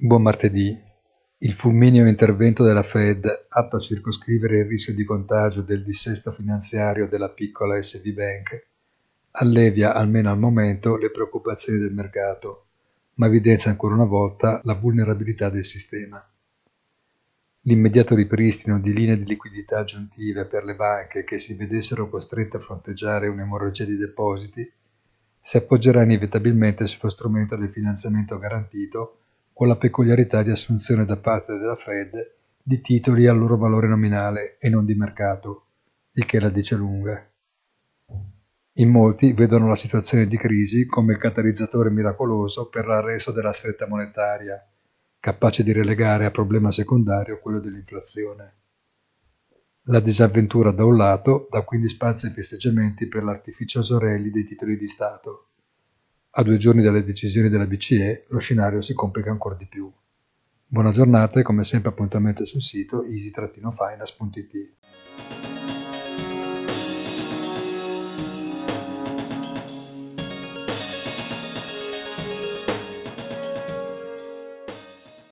Buon martedì. Il fulmineo intervento della Fed, atto a circoscrivere il rischio di contagio del dissesto finanziario della piccola SB Bank, allevia, almeno al momento, le preoccupazioni del mercato, ma evidenzia ancora una volta la vulnerabilità del sistema. L'immediato ripristino di linee di liquidità aggiuntive per le banche che si vedessero costrette a fronteggiare un'emorragia di depositi si appoggerà inevitabilmente sullo strumento del finanziamento garantito, con la peculiarità di assunzione da parte della Fed di titoli al loro valore nominale e non di mercato, il che la dice lunga. In molti vedono la situazione di crisi come il catalizzatore miracoloso per l'arresto della stretta monetaria, capace di relegare a problema secondario quello dell'inflazione. La disavventura da un lato dà quindi spazio ai festeggiamenti per l'artificioso rally dei titoli di Stato. A 2 giorni dalle decisioni della BCE lo scenario si complica ancora di più. Buona giornata e come sempre appuntamento sul sito easy-finance.it.